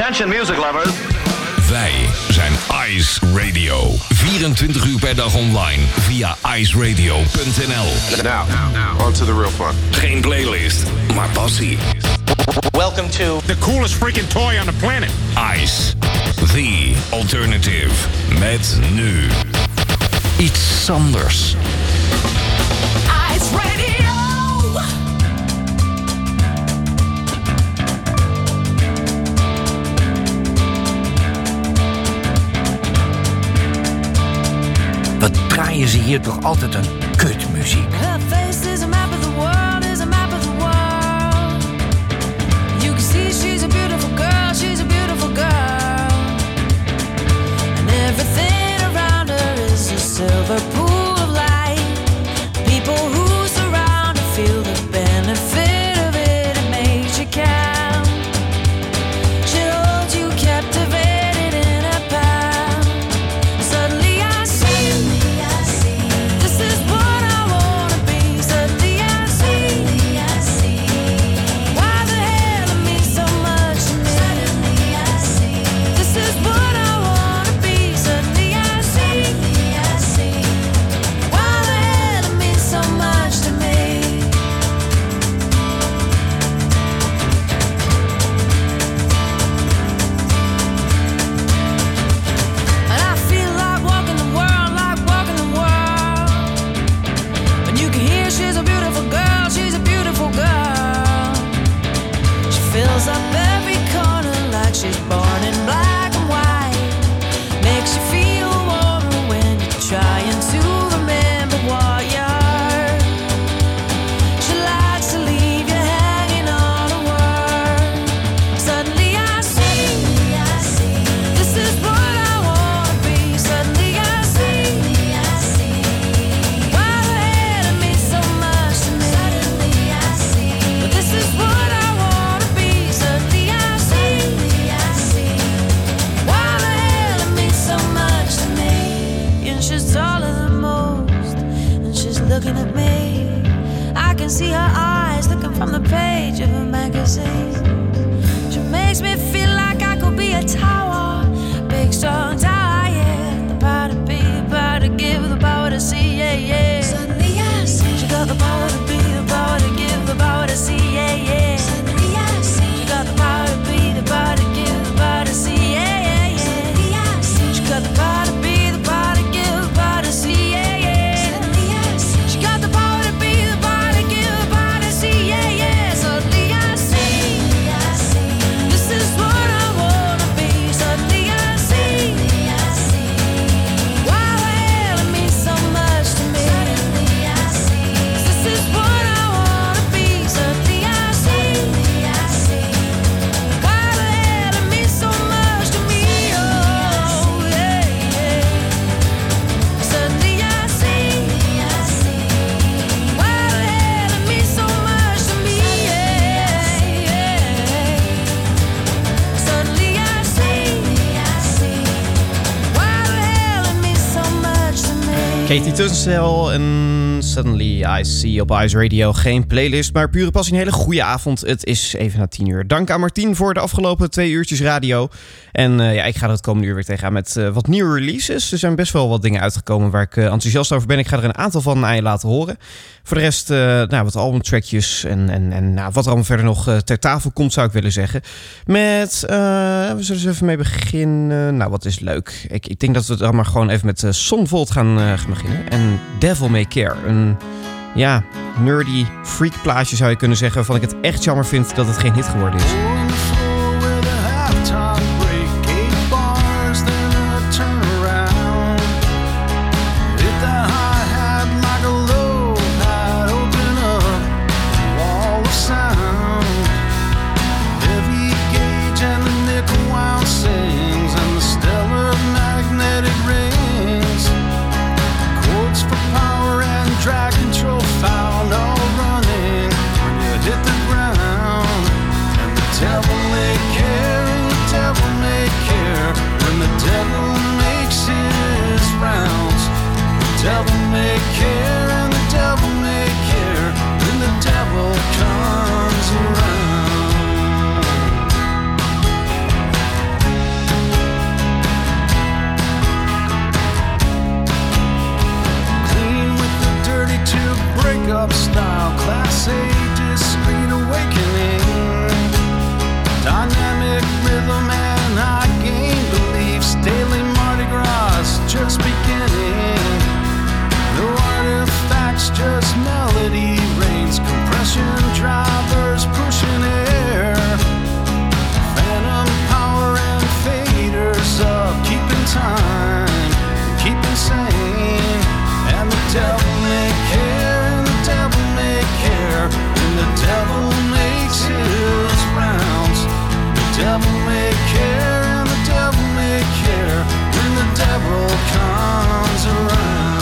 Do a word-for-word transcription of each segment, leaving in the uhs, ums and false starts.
Attention music lovers. Wij zijn Ice Radio. vierentwintig uur per dag online via ice radio punt n l. Now, now, on to the real fun. Geen playlist, maar passie. Welcome to the coolest freaking toy on the planet. Ice, the alternative. Met nu iets anders. Ice Radio. Wat draaien ze hier toch altijd een kutmuziek? Her face is a map of the world, is a map of the world. You can see she's a beautiful girl, she's a beautiful girl. And everything around her is a silver pool of light. People who surround her feel the benefit of it, it makes you count. She holds you captivated in her palm. Suddenly I see, this is what I wanna be. Suddenly I see, why the hell it means so much to me. Suddenly I see, this is what I wanna be. Suddenly I see, why the hell it means so much to me. And I feel like walking the world, like walking the world. And you can hear she's a beautiful girl, she's a beautiful girl. She fills up every corner like she's born in black and white. Makes you feel warmer when you're trying to remember what you heard. She likes to leave you hanging on a word. Suddenly I see, this is what I wanna be. Suddenly I see, why the hell it means so much to me. Suddenly I see, but this is what I wanna be. Suddenly I see, why the hell it means so much to me. And she's taller than most, and she's looking at me. I can see her eyes looking from the page of a magazine. She makes me feel like I could be a tower, big strong tower, yeah. The power to be, the power to give, the power to see, yeah, yeah. Suddenly I see, she got the power to be, the power to give, the power to see, yeah, yeah. Suddenly I see, she got the power to be, the power to give, the power to see, yeah, yeah, yeah. Suddenly I see, she got the power to be, the power to give, the power to see, yeah, yeah. Suddenly I see, she got the power to be, the power to give, the power to see, yeah, yeah. Suddenly I see, this is what I wanna be. Suddenly I see, why the hell it means so much to me. Suddenly I see, this is what I wanna be. Suddenly I see, why the hell it means so much to me. Oh yeah, yeah. Suddenly I see, why the hell it means so much to me. Yeah, yeah. Suddenly I see, why the hell it means so much to me. Katie Tunstall en Suddenly I See op Ice Radio. Geen playlist, maar pure passie. Een hele goede avond. Het is even na tien uur. Dank aan Martien voor de afgelopen twee uurtjes radio. En uh, ja, ik ga er het komende uur weer tegenaan met uh, wat nieuwe releases. Er zijn best wel wat dingen uitgekomen waar ik uh, enthousiast over ben. Ik ga er een aantal van aan je laten horen. Voor de rest, uh, nou, wat albumtrackjes en, en, en nou, wat er allemaal verder nog uh, ter tafel komt, zou ik willen zeggen. Met, uh, we zullen eens even mee beginnen. Nou, wat is leuk. Ik, ik denk dat we dan maar gewoon even met uh, Son Volt gaan, uh, gaan beginnen. En Devil May Care. Een, ja, nerdy freak plaatje zou je kunnen zeggen. Waarvan ik het echt jammer vind dat het geen hit geworden is. Drag control foul, no running when you hit the ground. And the club style, class A, discreet awakening. Dynamic rhythm and high gain beliefs. Daily Mardi Gras just beginning. No artifacts, just melody reigns. Compression drivers pushing air. Phantom power and faders up, keeping time, keeping sane. And the devil may care, and the devil may care. And the devil makes his rounds. The devil may care, and the devil may care. When the devil comes around.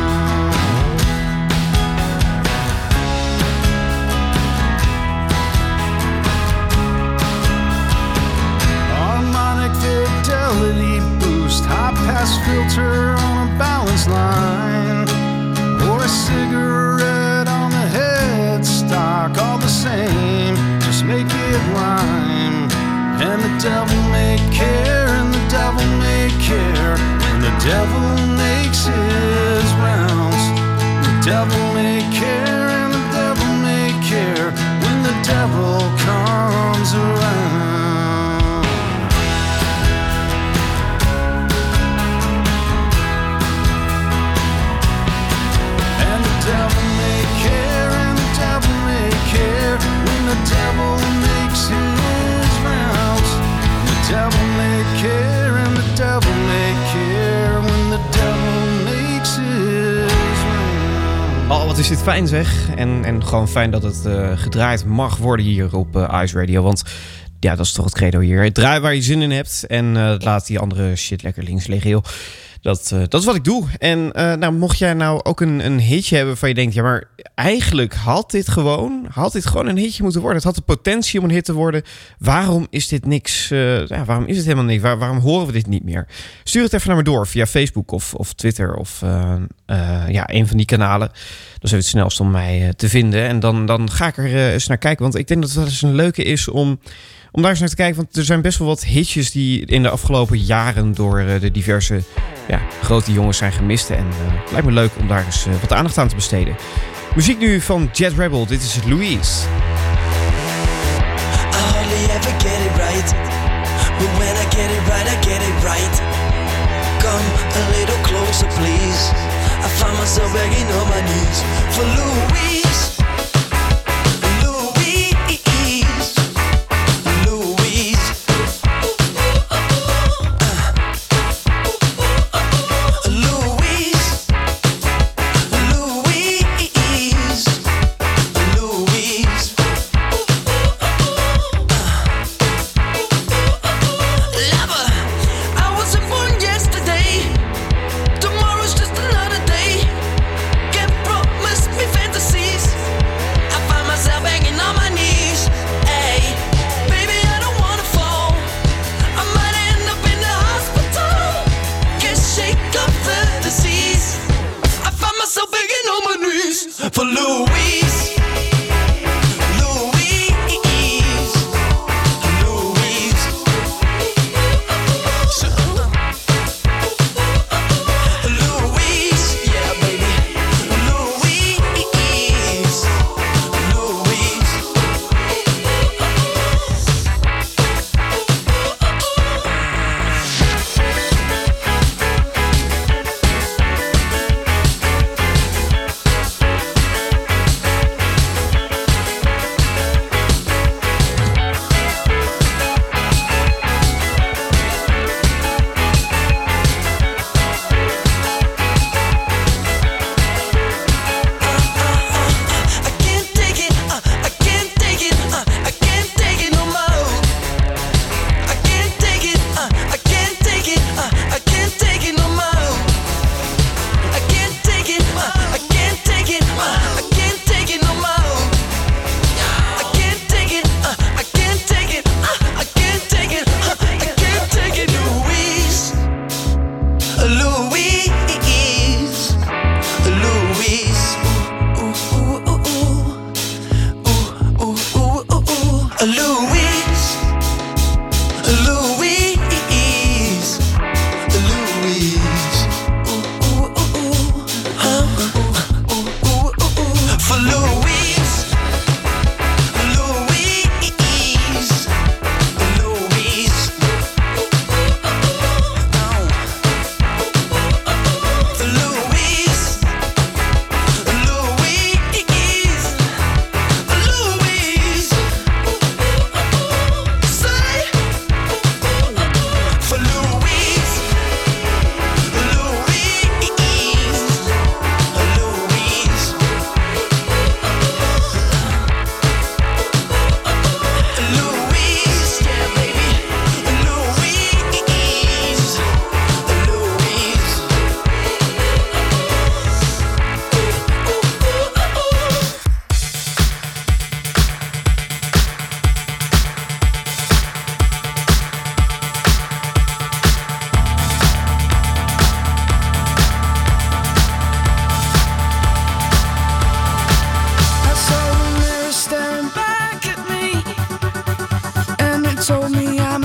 Harmonic fidelity boost, high pass filter on a balance line, or a cigarette on the headstock, all the same, just make it rhyme. And the devil may care, and the devil may care, and the devil makes his rounds. The devil may care, and the devil may care, when the devil comes around. And the devil may care, and the devil may care, when the devil makes his rounds. The devil may care, and the devil may care, when the devil makes his rounds. Oh, wat is dit fijn zeg. En, en gewoon fijn dat het uh, gedraaid mag worden hier op uh, Ice Radio. Want ja, dat is toch het credo hier. Draai waar je zin in hebt en uh, laat die andere shit lekker links liggen, joh. Dat, uh, dat is wat ik doe. En uh, nou, mocht jij nou ook een, een hitje hebben waarvan je denkt, ja, maar eigenlijk had dit gewoon, had dit gewoon een hitje moeten worden. Het had de potentie om een hit te worden. Waarom is dit niks? Uh, ja, waarom is het helemaal niks? Waar, waarom horen we dit niet meer? Stuur het even naar me door via Facebook of, of Twitter of uh, uh, ja, een van die kanalen. Dat is even het snelst om mij uh, te vinden. En dan, dan ga ik er uh, eens naar kijken. Want ik denk dat het wel eens een leuke is om... Om daar eens naar te kijken, want er zijn best wel wat hitjes die in de afgelopen jaren door uh, de diverse ja, grote jongens zijn gemist. En uh, het lijkt me leuk om daar eens uh, wat aandacht aan te besteden. Muziek nu van Jet Rebel, dit is Louise. I hardly ever get it right, but when I get it right, I get it right. Come a little closer, please. I find myself begging on my knees for Louise. Tomorrow's just another day. Can't promise me fantasy.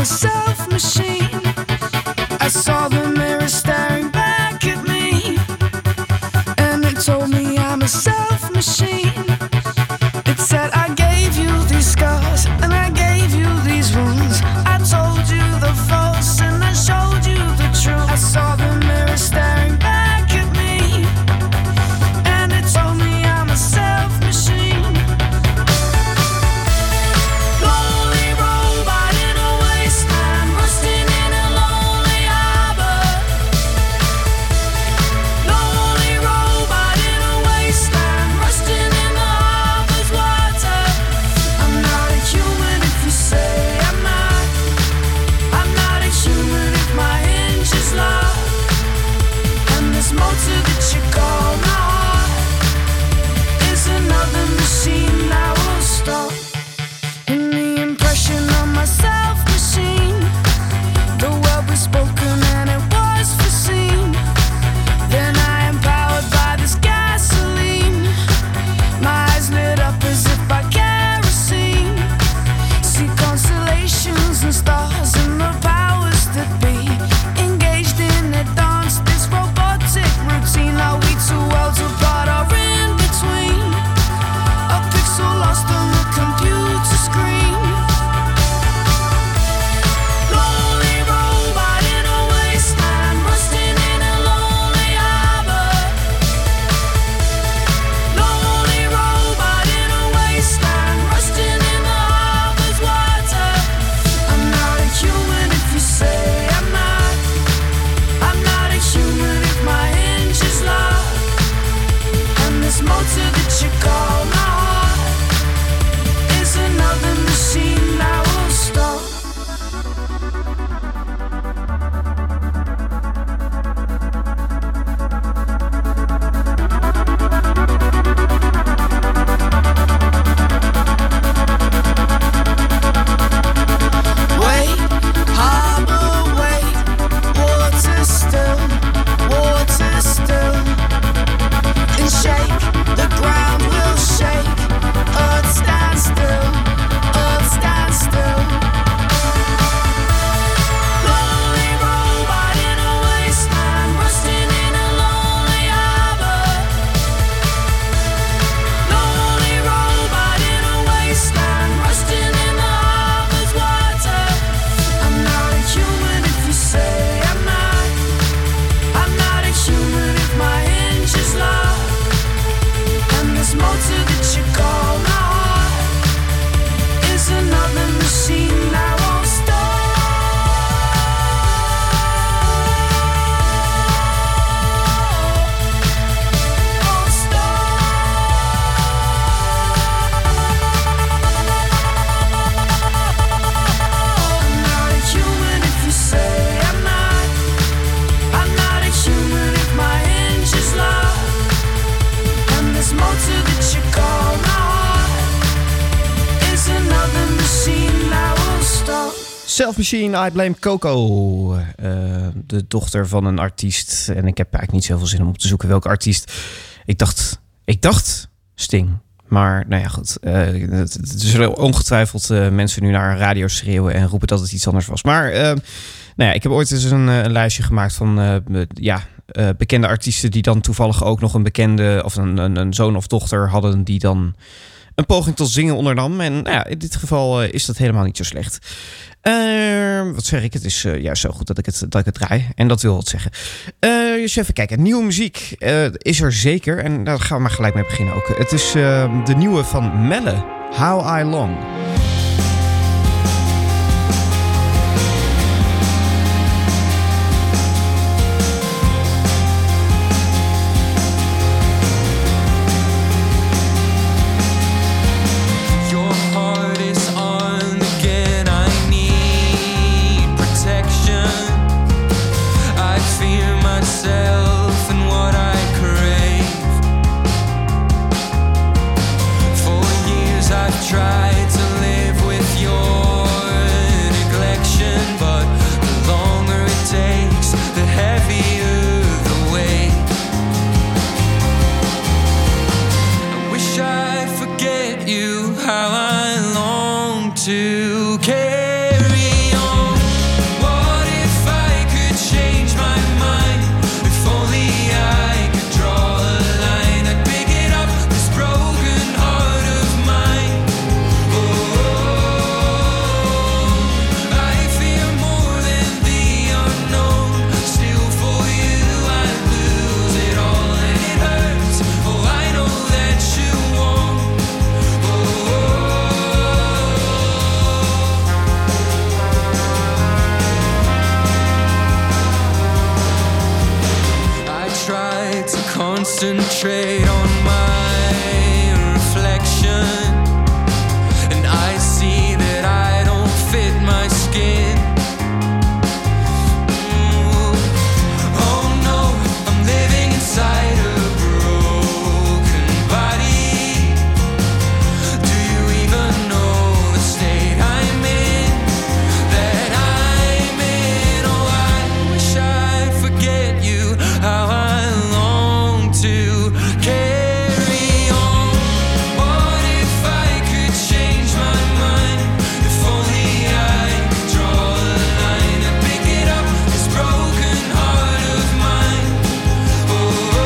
a self machine. I saw the mirror staring back at me, and it told me I'm a self machine. It said I gave you these scars and I gave you these wounds. I told you the false and I showed you the truth. I saw the mirror staring back at me, and it told me I'm a self machine. Lonely robot in a wasteland, rusting in a lonely harbor. Lonely robot in a wasteland, rusting in the harbor's water. I'm not a human if you say I'm not. I'm not a human if my hinge is locked. And this motor that you call my heart is another machine I will stop. In the impression of my self machine, the word was spoken and it was foreseen. Then I am powered by this gasoline. My eyes lit up as if by kerosene. See constellations and stars and the powers that be, engaged in a dance, this robotic routine. Are we two worlds apart or in between? A pixel lost on the computer screen. Lonely robot in a wasteland, rusting in a lonely harbor. Lonely robot in a wasteland, rusting in the harbor's water. I'm not a human if you say I'm not. I'm not a human if my hinge is locked. And this motor that you call my heart is another machine I will stop. Wait, harbor, wait, water still, water still. And shake, the ground will shake. Earth stand still, earth stand still. Lonely robot in a wasteland, rusting in a lonely harbor. Lonely robot in a wasteland, rusting in the harbor's water. I'm not a human if you say I'm not. I'm not a human if my hinge is locked. And this motor that you call my heart is another machine I won't stop. Won't stop. I'm not a human if you say I'm not. I'm not a human if my hinge is locked. And this motor that you call my heart is another machine I will stop. Self Machine, I Blame Coco. Uh, de dochter van een artiest. En ik heb eigenlijk niet zoveel zin om op te zoeken welke artiest. Ik dacht, ik dacht Sting. Maar nou ja, goed. Uh, er zullen ongetwijfeld uh, mensen nu naar een radio schreeuwen en roepen dat het iets anders was. Maar uh, nou ja, ik heb ooit eens een, een lijstje gemaakt van uh, ja, uh, bekende artiesten die dan toevallig ook nog een bekende of een, een, een zoon of dochter hadden die dan een poging tot zingen ondernam. En nou ja, in dit geval uh, is dat helemaal niet zo slecht. Uh, wat zeg ik? Het is uh, juist zo goed dat ik het, dat ik het draai. En dat wil wat zeggen. Uh, dus even kijken. Nieuwe muziek uh, is er zeker. En daar gaan we maar gelijk mee beginnen ook. Het is uh, de nieuwe van Melle. How I Long. Try to live concentrate on my reflection, and I see that I don't fit my skin. Ooh. Oh no, I'm living inside a broken body. Do you even know the state I'm in? That I'm in. Oh, I wish I'd forget you. How I long to carry on. What if I could change my mind? If only I could draw a line and pick it up, this broken heart of mine. Oh,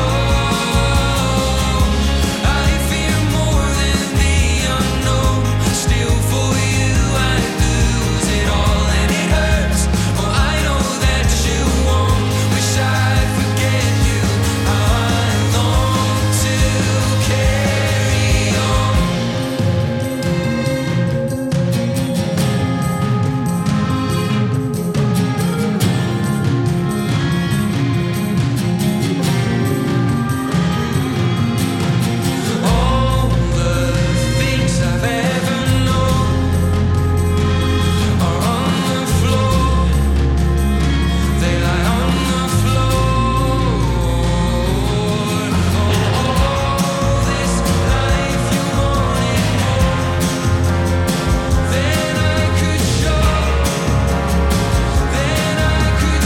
I fear more than the unknown. Still for you I'd lose it all, and it hurts. Oh, I know that you won't. Wish I'd forget you. How I long to carry on. All the things I've ever known are on the floor. They lie on the floor. All this life you wanted more than I could show. Than I could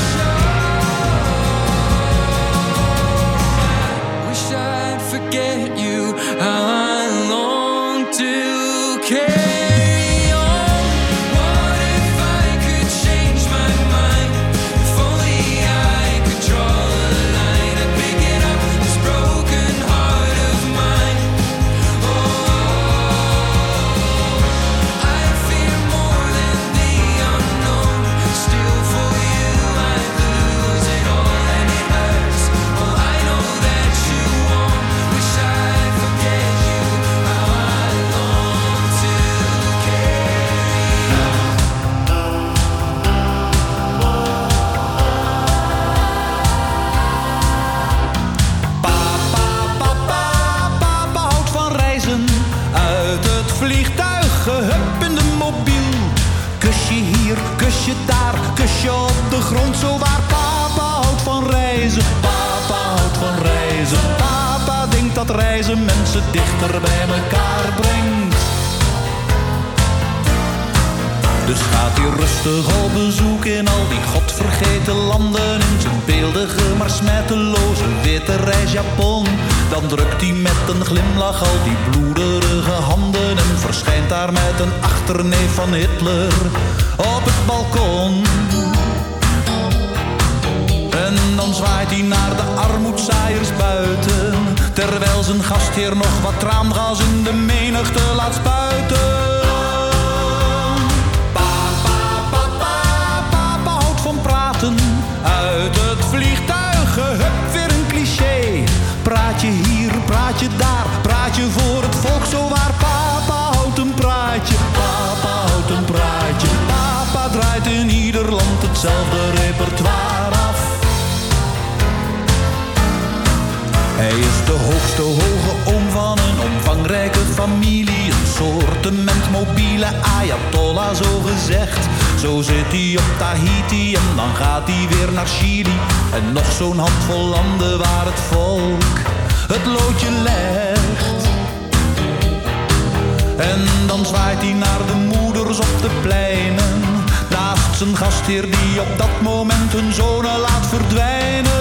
show. I wish I'd forget you. How I long to carry on. What if I could change my mind? If only I could draw a line and pick it up, this broken heart of mine. Oh, I fear more than the unknown. Still for you I'd lose it all, and it hurts. Oh, I know that you won't. Wish I'd forget you. How I long to carry on. Papa, papa, papa houdt van reizen. Uit het vliegtuig, gehup in de mobiel. Kusje hier, kusje daar, kusje op de grond zo waar. Papa houdt van reizen, papa houdt van reizen. Papa denkt dat reizen mensen dichter bij elkaar brengt. Dus gaat hij rustig op bezoek in al die godvergeten landen. In zijn beeldige maar smetteloze witte reisjapon. Dan drukt hij met een glimlach al die bloederige handen. En verschijnt daar met een achterneef van Hitler op het balkon. En dan zwaait hij naar de armoedzaaiers buiten, terwijl zijn gastheer nog wat traangas in de menigte laat spuiten. Papa, papa, papa houdt van praten. Uit het vliegtuig, hup, weer een cliché. Praat je hier, praat je daar, praat je voor het volk zo waar. Papa houdt een praatje, papa houdt een praatje. Papa draait in ieder land hetzelfde repertoire af. Hij is de hoogste hoge oom van een omvangrijke familie. Een soortement mobiele ayatollah zo gezegd. Zo zit hij op Tahiti en dan gaat hij weer naar Chili. En nog zo'n handvol landen waar het volk het loodje legt. En dan zwaait hij naar de moeders op de pleinen. Naast zijn gastheer die op dat moment hun zonen laat verdwijnen.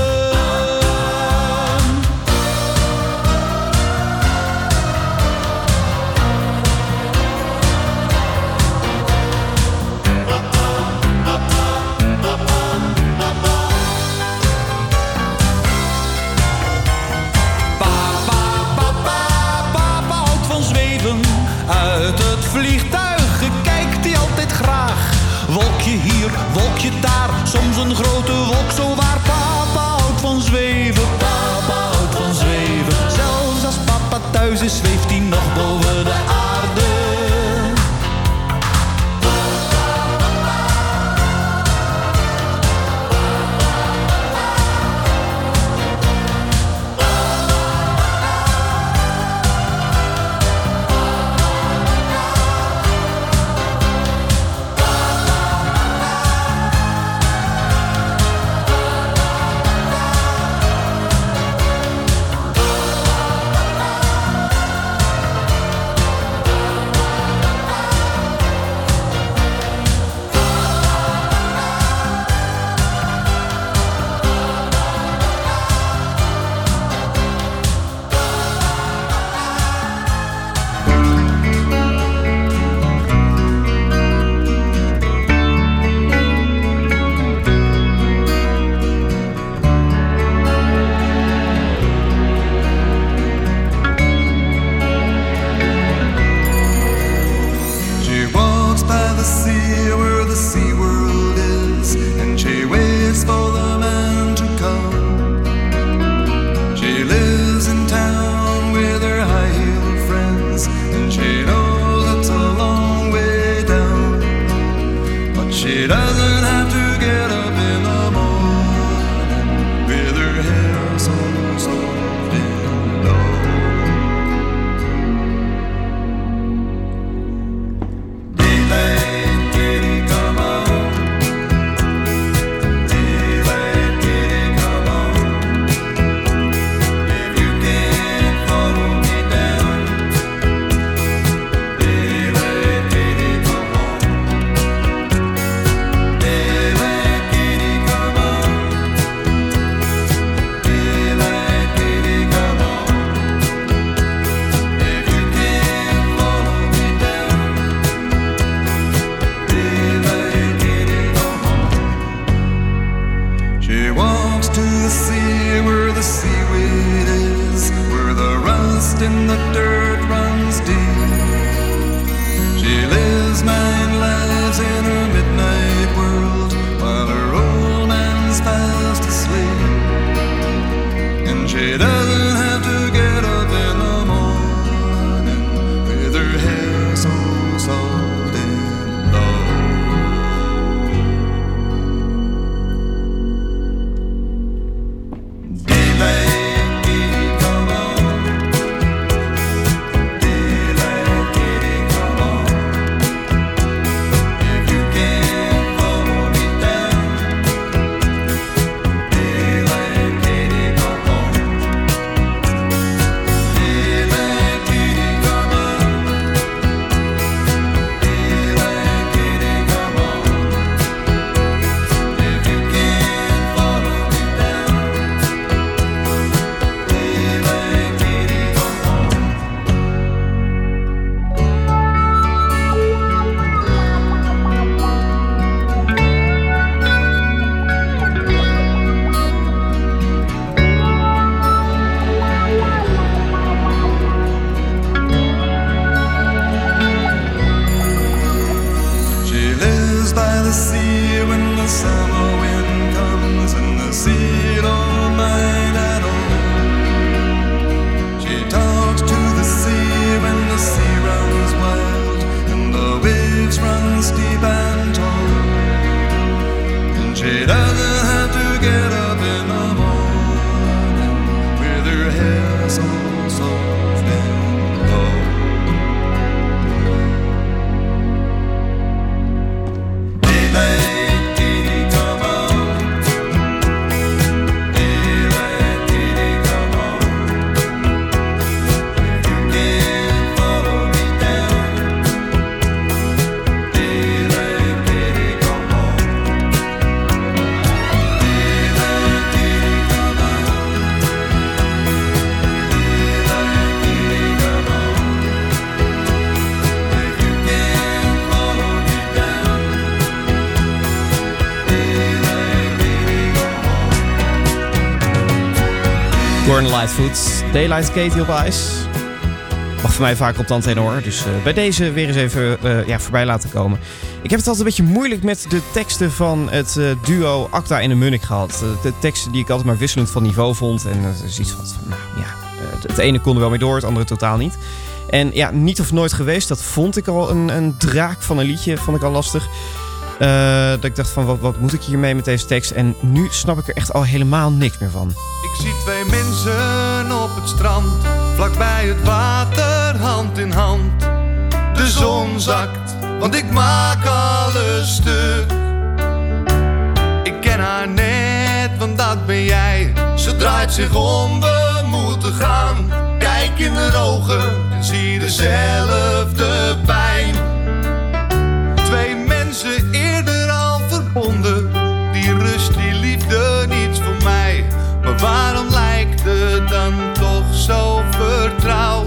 Uit het vliegtuig kijkt hij altijd graag. Wolkje hier, wolkje daar, soms een grote wolk zo waar. Papa houdt van zweven, papa houdt van zweven. Zelfs als papa thuis is, zweeft hij nog boven de aarde. She walks to the sea where the seaweed is, where the rust in the dirt runs deep. She lives nine lives in her midnight world while her old man's fast asleep. And she doesn't have to get up in the morning with her hair so soft and low. Daylight, kitty, come on. Daylight, kitty, come on. If you can't follow me down. Daylight, kitty, come on. Daylight, kitty, come on. Daylight, kitty, come on. If you can't follow me down. Daylight, kitty, come on. She lives by the sea when the summer wind comes and the sea don't mind at all. She talks to the sea when the sea runs wild and the waves run steep and tall. And she doesn't have to get up in the morning with her hair so soft and low. Daylight, kitty, come on. Daylight, kitty, come on. If you can't follow me down. Daylight, kitty, come on. Daylight, kitty, come on. Daylight, kitty, come on. If you can't follow me down. Gordon Lightfoot, Daylight Katie op ijs. Mag voor mij vaak op de antenne hoor. Dus uh, bij deze weer eens even uh, ja, voorbij laten komen. Ik heb het altijd een beetje moeilijk met de teksten van het uh, duo Acta en de Munnik gehad. Uh, de teksten die ik altijd maar wisselend van niveau vond. En uh, is iets van, nou ja, uh, het ene kon er wel mee door, het andere totaal niet. En ja, Niet of Nooit Geweest, dat vond ik al een, een draak van een liedje, vond ik al lastig. Uh, dat ik dacht van, wat, wat moet ik hiermee met deze tekst? En nu snap ik er echt al helemaal niks meer van. Ik zie twee mensen op het strand, vlakbij het water, hand in hand. De zon zakt, want ik maak alles stuk. Ik ken haar net, want dat ben jij. Ze draait zich om, we moeten gaan. Kijk in haar ogen en zie dezelfde pijn. Twee mensen eerder al verbonden. Die rust, die liefde, niets voor mij. Maar waarom lijkt het dan toch zo vertrouwd?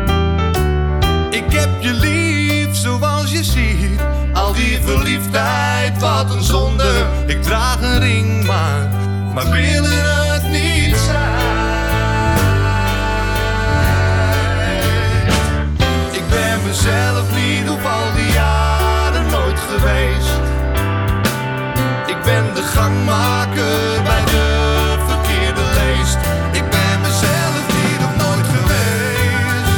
Ik heb je lief zoals je ziet. Al die verliefdheid, wat een zonde. Ik draag een ring, maar, maar wil er het niet zijn. Ik ben mezelf niet op al die jaren nooit geweest. Ik ben de gangmaker bij de verkeerde leest. Ik ben mezelf niet of nooit geweest.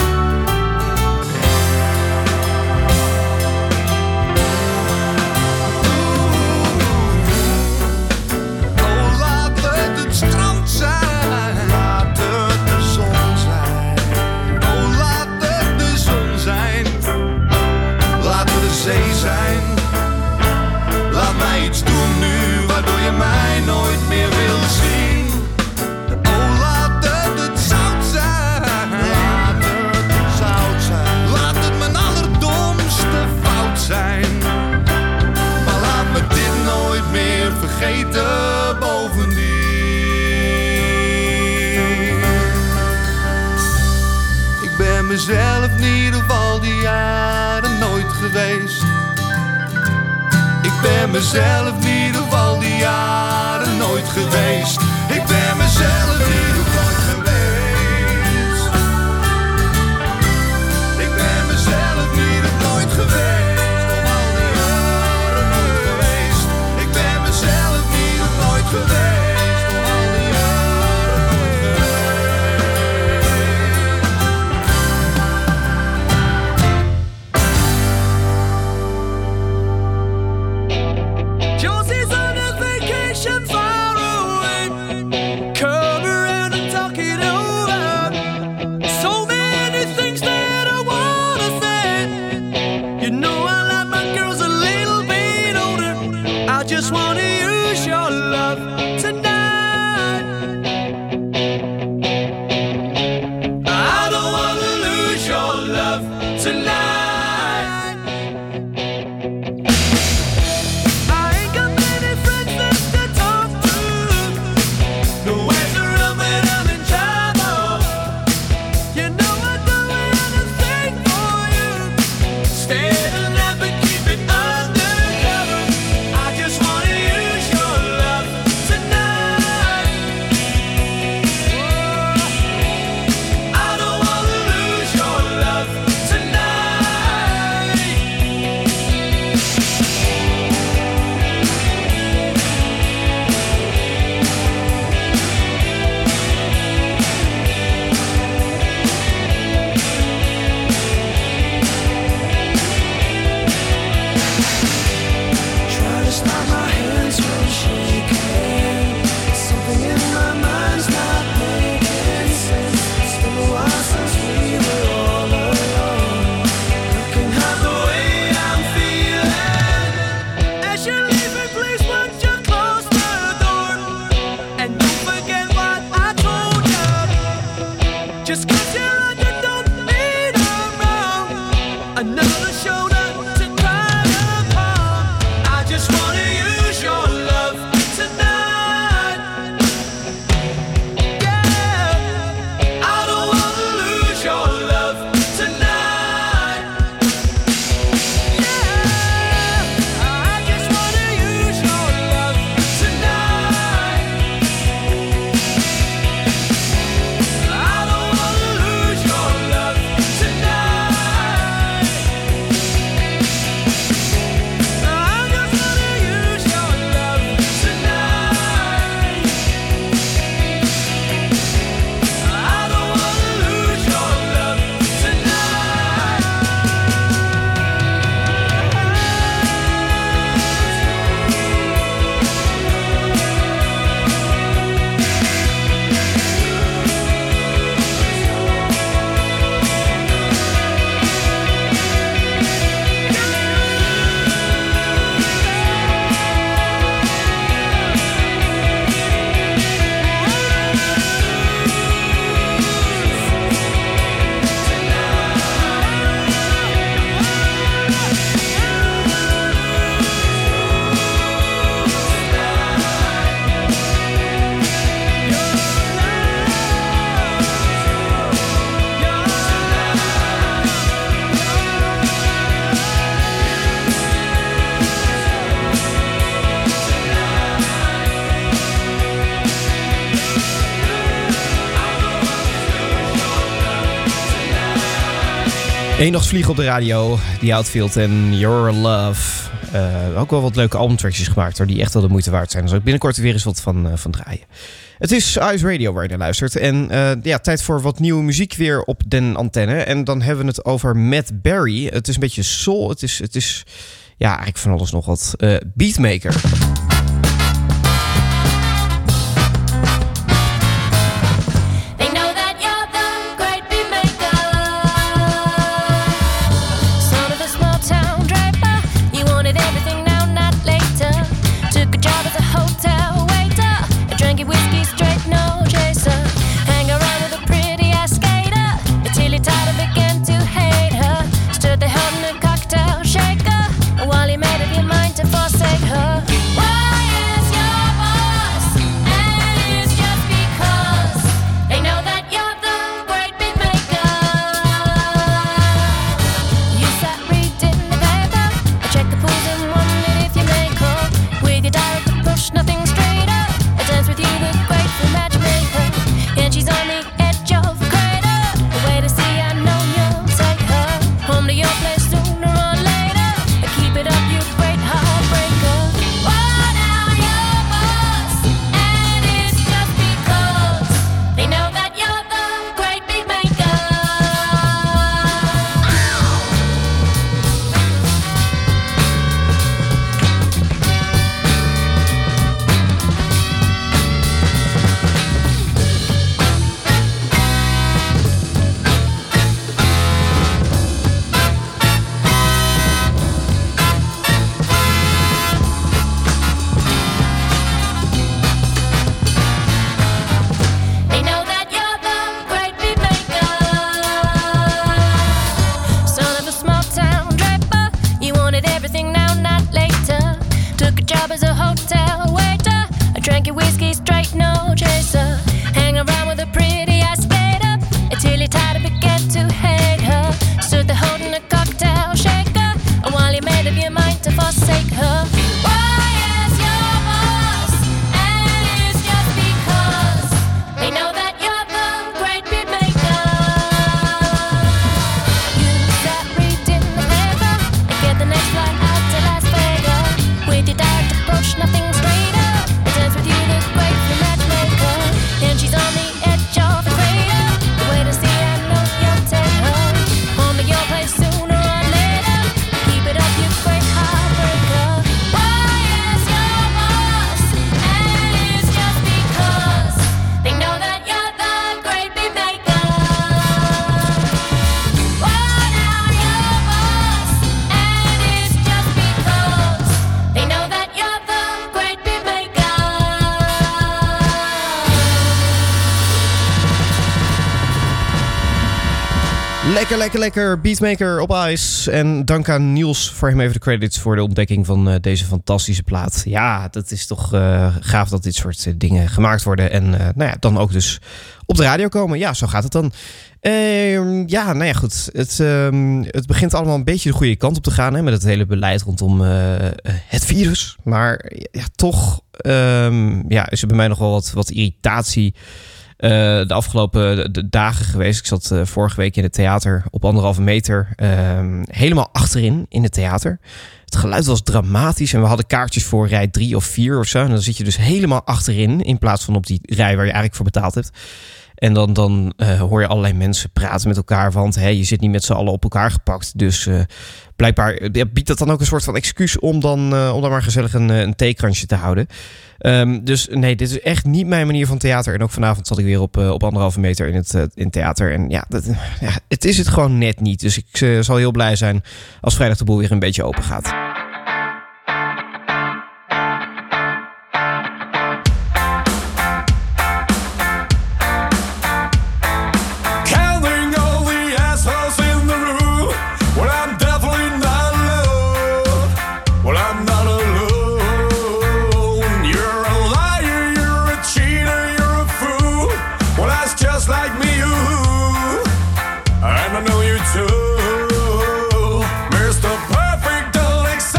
Oh, laat het het strand zijn. Laat het de zon zijn. Oh, laat het de zon zijn. Laat het de zee zijn. Laat mij iets doen nu, waardoor je mij nooit meer wil zien. Oh, laat het het zout zijn. Laat het het zout zijn. Laat het mijn allerdomste fout zijn. Maar laat me dit nooit meer vergeten bovendien. Ik ben mezelf niet op al die jaren nooit geweest. Ik ben mezelf niet op al die jaren nooit wanna use your love tonight. I don't wanna lose your love tonight. I ain't got many friends left to talk to. Nowhere to run when I'm in trouble. You know I'd do anything for you. Stay the night but keep it undercover. I just wanna use your love tonight. I don't wanna lose your love tonight. Try to stop my hands from shaking. Something in my mind's not making sense. It's been a while since we were all alone. You can have the way I'm feeling. As you're leaving, please won't you close the door? And don't forget what I told you. Just 'cause you're on, you don't need a wrong. Another shoulder to cry upon. I just wanna use your love tonight. Yeah, I don't wanna lose your love tonight. Yeah, I just wanna use your love tonight. I don't wanna lose your love tonight. I just wanna use your love tonight. I don't wanna lose your love Eén nachtvlieg op de radio, The Outfield en Your Love. Uh, ook wel wat leuke albumtrackjes gemaakt hoor, die echt wel de moeite waard zijn. Dus ook binnenkort weer eens wat van, uh, van draaien. Het is Ice Radio waar je naar luistert. En uh, ja, tijd voor wat nieuwe muziek weer op den antenne. En dan hebben we het over Matt Berry. Het is een beetje soul. Het is, het is ja, eigenlijk van alles nog wat. Uh, Beatmaker. They know that you're the great beatmaker, son of a small town draper. You wanted everything now, not later. Took a job as a hotel waiter, a drinking whiskey straight, no chaser. Hang around with a pretty ass skater until he tired and began to hate her. Stood there holding a cocktail shaker, and while he made up your mind to forsake her. Whoa! Lekker, lekker, lekker. Beatmaker op Ice. En dank aan Niels voor hem even de credits voor de ontdekking van uh, deze fantastische plaat. Ja, dat is toch uh, gaaf dat dit soort uh, dingen gemaakt worden. En uh, nou ja, dan ook dus op de radio komen. Ja, zo gaat het dan. Uh, ja, nou ja, goed. Het, uh, het begint allemaal een beetje de goede kant op te gaan. Hè, met het hele beleid rondom uh, het virus. Maar ja, toch um, ja, is er bij mij nog wel wat, wat irritatie Uh, de afgelopen de dagen geweest. Ik zat uh, vorige week in het theater op anderhalve meter. Uh, helemaal achterin in het theater. Het geluid was dramatisch. En we hadden kaartjes voor rij drie of vier of zo. En dan zit je dus helemaal achterin. In plaats van op die rij waar je eigenlijk voor betaald hebt. En dan, dan uh, hoor je allerlei mensen praten met elkaar. Want hey, je zit niet met z'n allen op elkaar gepakt. Dus uh, blijkbaar ja, biedt dat dan ook een soort van excuus om dan, uh, om dan maar gezellig een, een theekransje te houden. Um, dus nee, dit is echt niet mijn manier van theater. En ook vanavond zat ik weer op, uh, op anderhalve meter in het, uh, in het theater. En ja, dat, ja, het is het gewoon net niet. Dus ik uh, zal heel blij zijn als vrijdag de boel weer een beetje open gaat. Mister Perfect, don't accept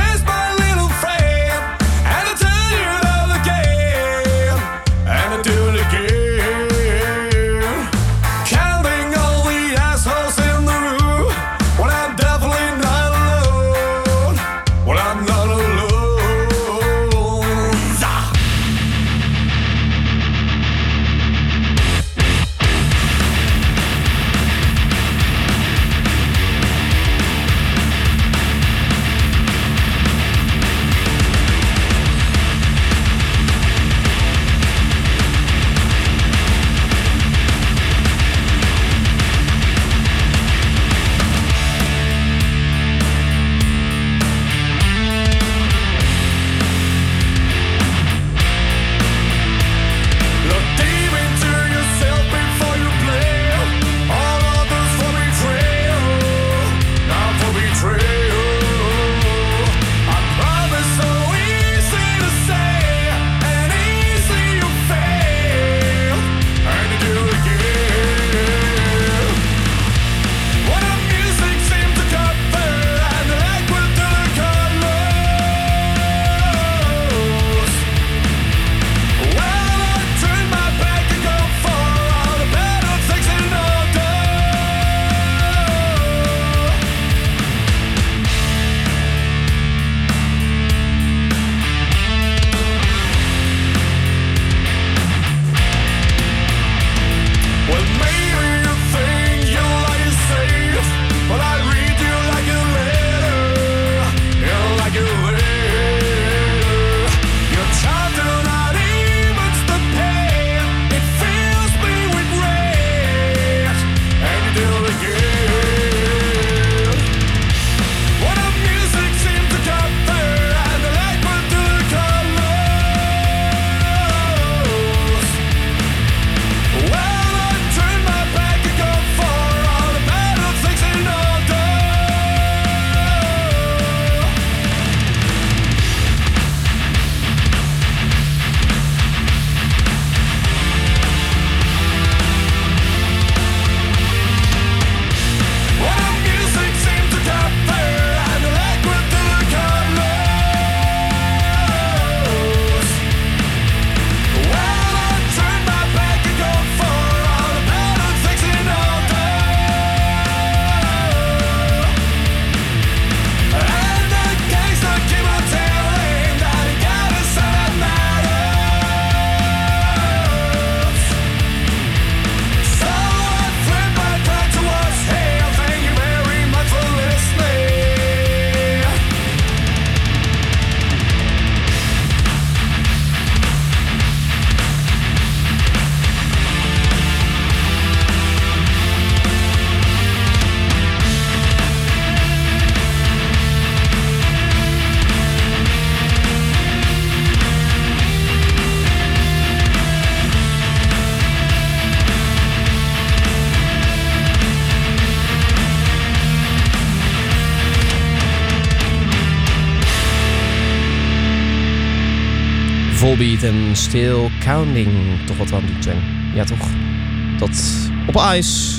Volbeat en Still Counting. Toch wat we aan het doen zijn. Ja, toch? Dat op Ice.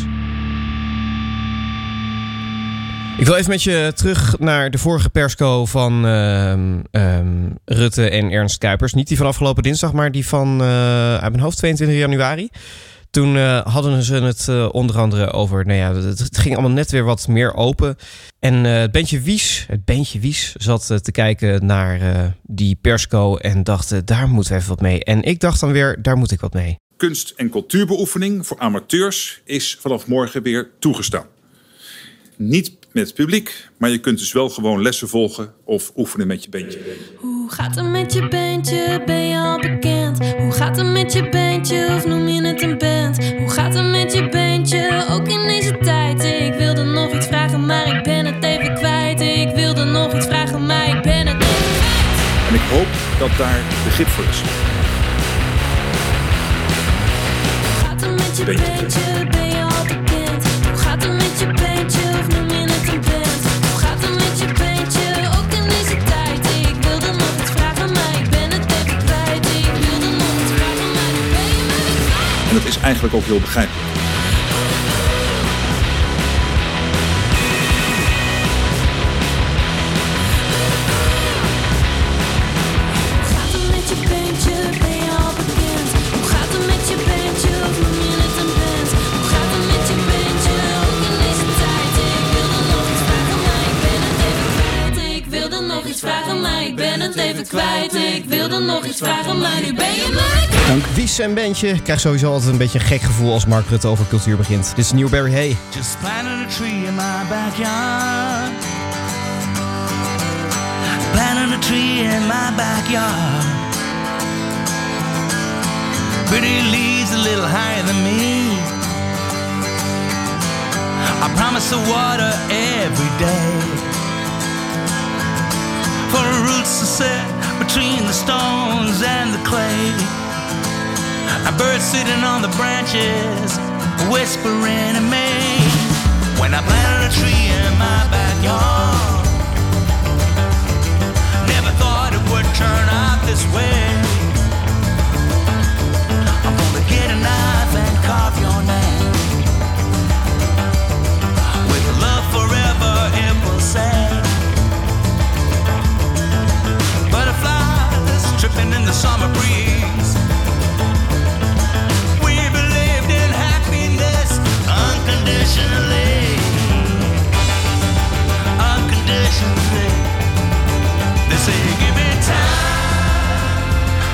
Ik wil even met je terug naar de vorige persco van uh, um, Rutte en Ernst Kuipers. Niet die van afgelopen dinsdag, maar die van uh, uit mijn hoofd tweeëntwintig januari. Toen uh, hadden ze het uh, onder andere over... Nou ja, het, het ging allemaal net weer wat meer open. En uh, het bandje Wies, het bandje Wies zat uh, te kijken naar uh, die persco en dacht, uh, daar moeten we even wat mee. En ik dacht dan weer, daar moet ik wat mee. Kunst- en cultuurbeoefening voor amateurs is vanaf morgen weer toegestaan. Niet met het publiek, maar je kunt dus wel gewoon lessen volgen of oefenen met je bandje. Hoe gaat het met je bandje? Ben je al bekend? Hoe gaat het met je bandje? Of noem je het een band? Hoe gaat het met je bandje? Ook in deze tijd. Ik wilde nog iets vragen, maar ik ben het even kwijt. Ik wilde nog iets vragen, maar ik ben het even kwijt. En ik hoop dat daar begrip voor is. Hoe gaat het met je bandje? Ben je al bekend? Hoe gaat het met je bandje? Of noem je het een band? Hoe gaat het met je bandje? Ook in deze tijd. Ik wilde nog iets vragen, maar ik ben het even kwijt. Ik wilde nog iets vragen, maar nu ben je me weer kwijt. En dat is eigenlijk ook heel begrijpelijk. Kwijt. Ik wilde nog iets vragen, maar nu ben je me. Dank Wies en bandje. Ik krijg sowieso altijd een beetje een gek gevoel als Mark Rutte over cultuur begint. Dit is Newberry Hay. Just planting a tree in my backyard. Planting a tree in my backyard. Pretty leaves a little higher than me. I promise to water every day. For the roots to sit between the stones and the clay. A bird sitting on the branches, whispering in me. When I planted a tree in my backyard, never thought it would turn out this way. I'm gonna get a knife and carve your name. With love forever, it will say. Butterflies tripping in the summer breeze. We believed in happiness unconditionally. Unconditionally. They say give it time.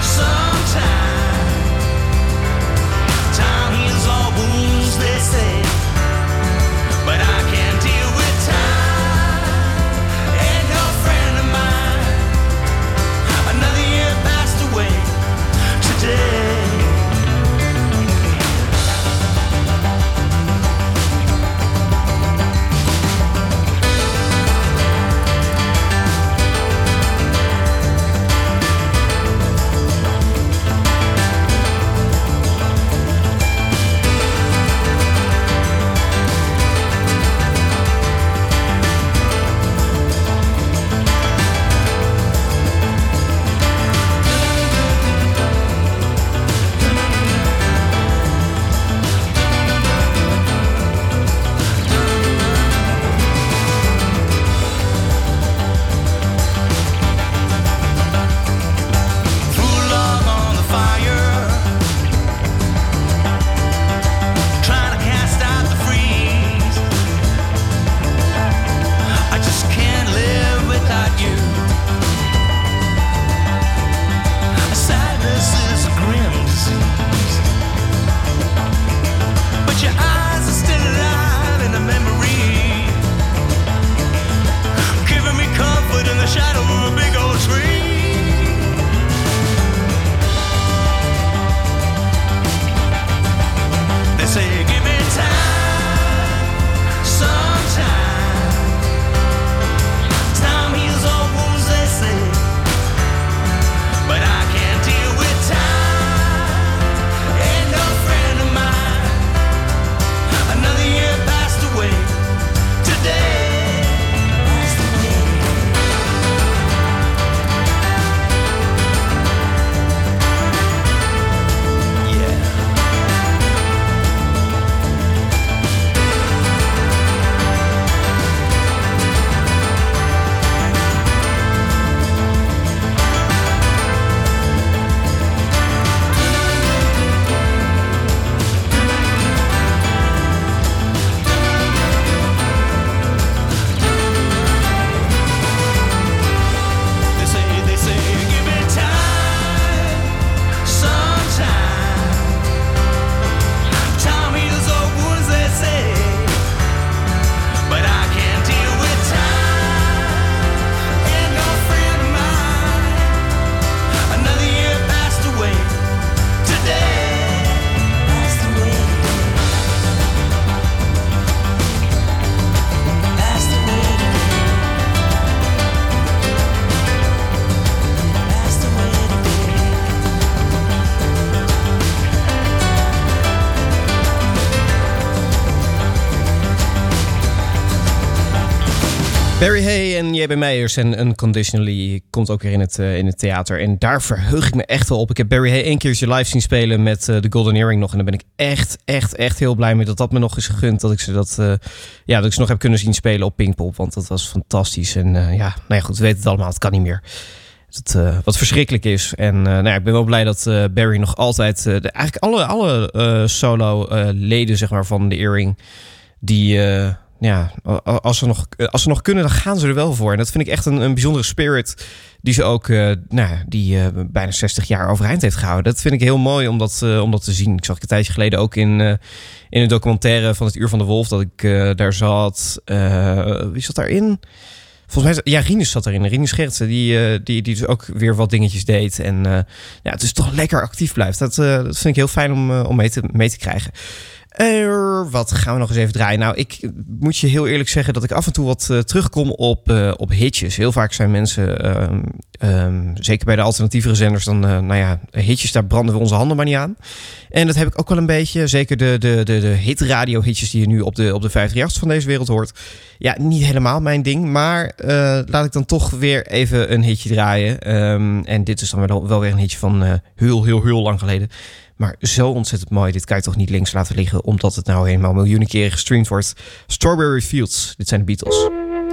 Barry Hay en J B Meijers en Unconditionally komt ook weer in het, uh, in het theater. En daar verheug ik me echt wel op. Ik heb Barry Hay één keertje live zien spelen met uh, de Golden Earring nog. En daar ben ik echt, echt, echt heel blij mee dat dat me nog is gegund. Dat ik ze, dat, uh, ja, dat ik ze nog heb kunnen zien spelen op Pinkpop. Want dat was fantastisch. En uh, ja, nou ja, goed, we weten het allemaal. Het kan niet meer. Dat, uh, wat verschrikkelijk is. En uh, nou ja, ik ben wel blij dat uh, Barry nog altijd... Uh, de, eigenlijk alle, alle uh, solo uh, leden zeg maar, van de Earring... die... Uh, Ja, als ze, nog, als ze nog kunnen, dan gaan ze er wel voor. En dat vind ik echt een, een bijzondere spirit die ze ook uh, nou, die, uh, bijna zestig jaar overeind heeft gehouden. Dat vind ik heel mooi om dat, uh, om dat te zien. Ik zag het een tijdje geleden ook in, uh, in een documentaire van het Uur van de Wolf... dat ik uh, daar zat. Uh, wie zat daarin? Volgens mij, ja, Rinus zat erin. Rinus Gertsen, die, uh, die, die dus ook weer wat dingetjes deed. En uh, ja, het is toch lekker actief blijft. Dat, uh, dat vind ik heel fijn om, uh, om mee, te, mee te krijgen. Uh, wat gaan we nog eens even draaien? Nou, ik moet je heel eerlijk zeggen dat ik af en toe wat uh, terugkom op, uh, op hitjes. Heel vaak zijn mensen, um, um, zeker bij de alternatievere zenders, dan, uh, nou ja, hitjes, daar branden we onze handen maar niet aan. En dat heb ik ook wel een beetje. Zeker de, de, de, de hitradio-hitjes die je nu op de, op de vijfhonderdachtig van deze wereld hoort. Ja, niet helemaal mijn ding, maar uh, laat ik dan toch weer even een hitje draaien. Um, en dit is dan wel, wel weer een hitje van uh, heel, heel, heel lang geleden. Maar zo ontzettend mooi. Dit kan je toch niet links laten liggen, omdat het nou helemaal miljoenen keren gestreamd wordt. Strawberry Fields. Dit zijn de Beatles.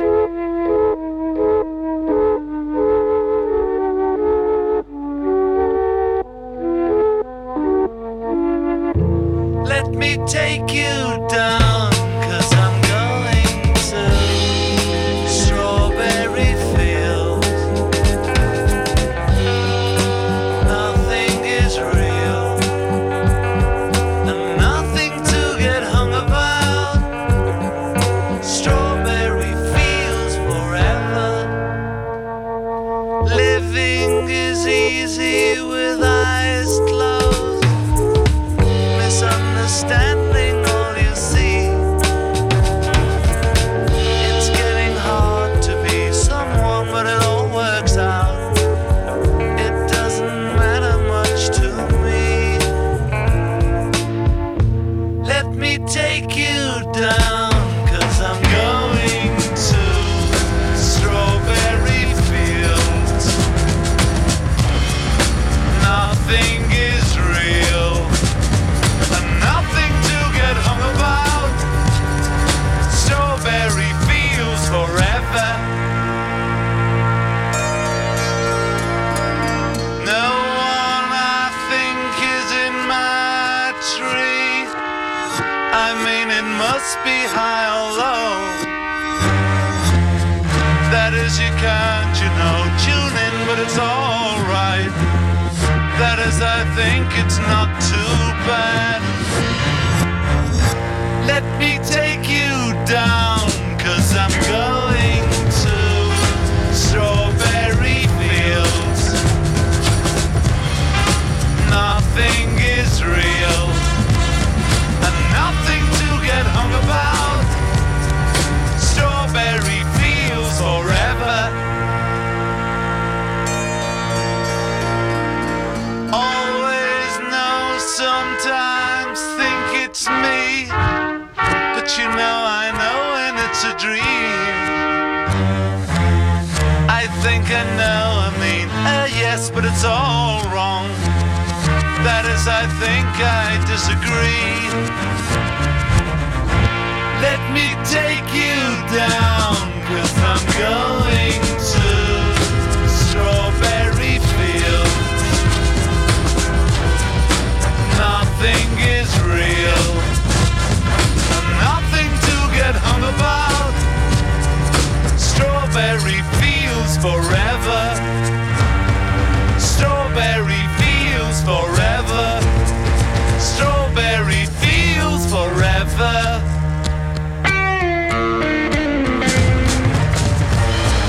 Let me take you down, 'cause I'm going to Strawberry Fields. Nothing is real, and nothing to get hung about. Strawberry Fields forever. Living is easy with eyes closed. Misunderstanding all you see. It's getting hard to be someone, but it all works out. It doesn't matter much to me. Let me take you down, 'cause I'm going to Strawberry Fields. Nothing is real, and nothing to get hung about. Strawberry Fields forever. No one I think is in my tree. I mean, it must be high or low. That is, you can't, you know, tune in, but it's alright. That is, I think it's not too bad. Let me take you down, 'cause I'm going to Strawberry Fields. Nothing is real, and nothing to get hung about. Strawberry Fields forever. Always know, sometimes think it's me, but you know I know when it's a dream. I think I know, I mean, uh, yes, but it's all wrong. That is, I think I disagree. Let me take you down, 'cause I'm going to Strawberry Fields. Nothing is real, and nothing to get hung about. Strawberry Fields forever. Strawberry Fields forever. Strawberry Fields forever.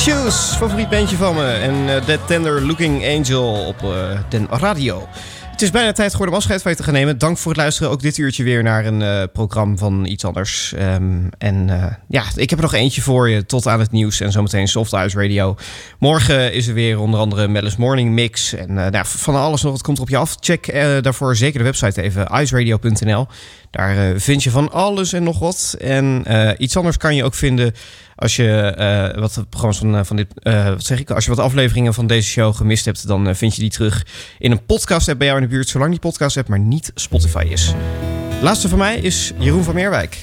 Shoes, favoriet bandje van me. En uh, That Tender Looking Angel op uh, den radio. Het is bijna tijd geworden om afscheid van je te gaan nemen. Dank voor het luisteren. Ook dit uurtje weer naar een uh, programma van iets anders. Um, en uh, ja, ik heb er nog eentje voor je tot aan het nieuws. En zometeen Soft Ice Radio. Morgen is er weer onder andere Mellis Morning Mix. En uh, nou, van alles nog wat komt er op je af. Check uh, daarvoor zeker de website even. ice radio punt n l. Daar uh, vind je van alles en nog wat. En uh, iets anders kan je ook vinden als je uh, wat programma's van, van dit, uh, wat zeg ik, als je wat afleveringen van deze show gemist hebt, dan uh, vind je die terug in een podcast app bij jou in de buurt, zolang die podcast app maar niet Spotify is. Laatste van mij is Jeroen van Meerwijk.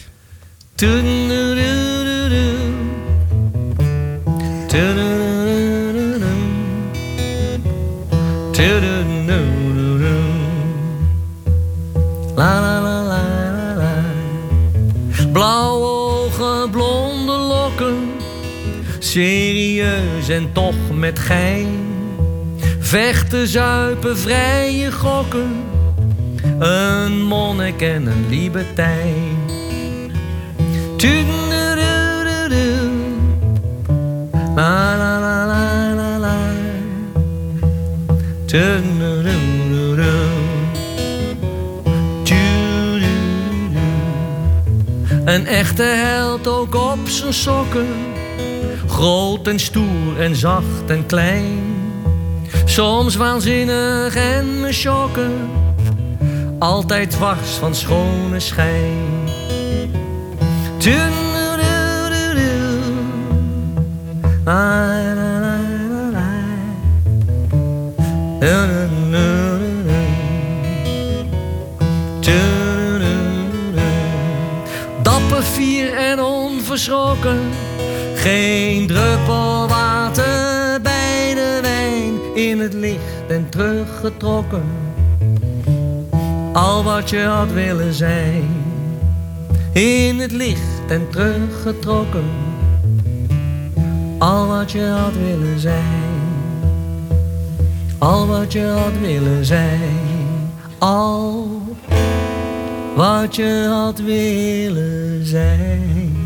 La la la la la. Blauwe ogen, blonde lokken, serieus en toch met gein. Vechten, zuipen, vrije gokken, een monnik en een libertijn. Tududududu. La la la la la la. Tududududu. Een echte held ook op zijn sokken, groot en stoer en zacht en klein. Soms waanzinnig en me schokken, altijd dwars van schone schijn. Tududududu. La la la la la. Tududududu. Dapper, fier en onverschrokken, geen druppel water bij de wijn, in het licht en teruggetrokken. Al wat je had willen zijn, in het licht en teruggetrokken. Al wat je had willen zijn, al wat je had willen zijn, al wat je had willen zijn.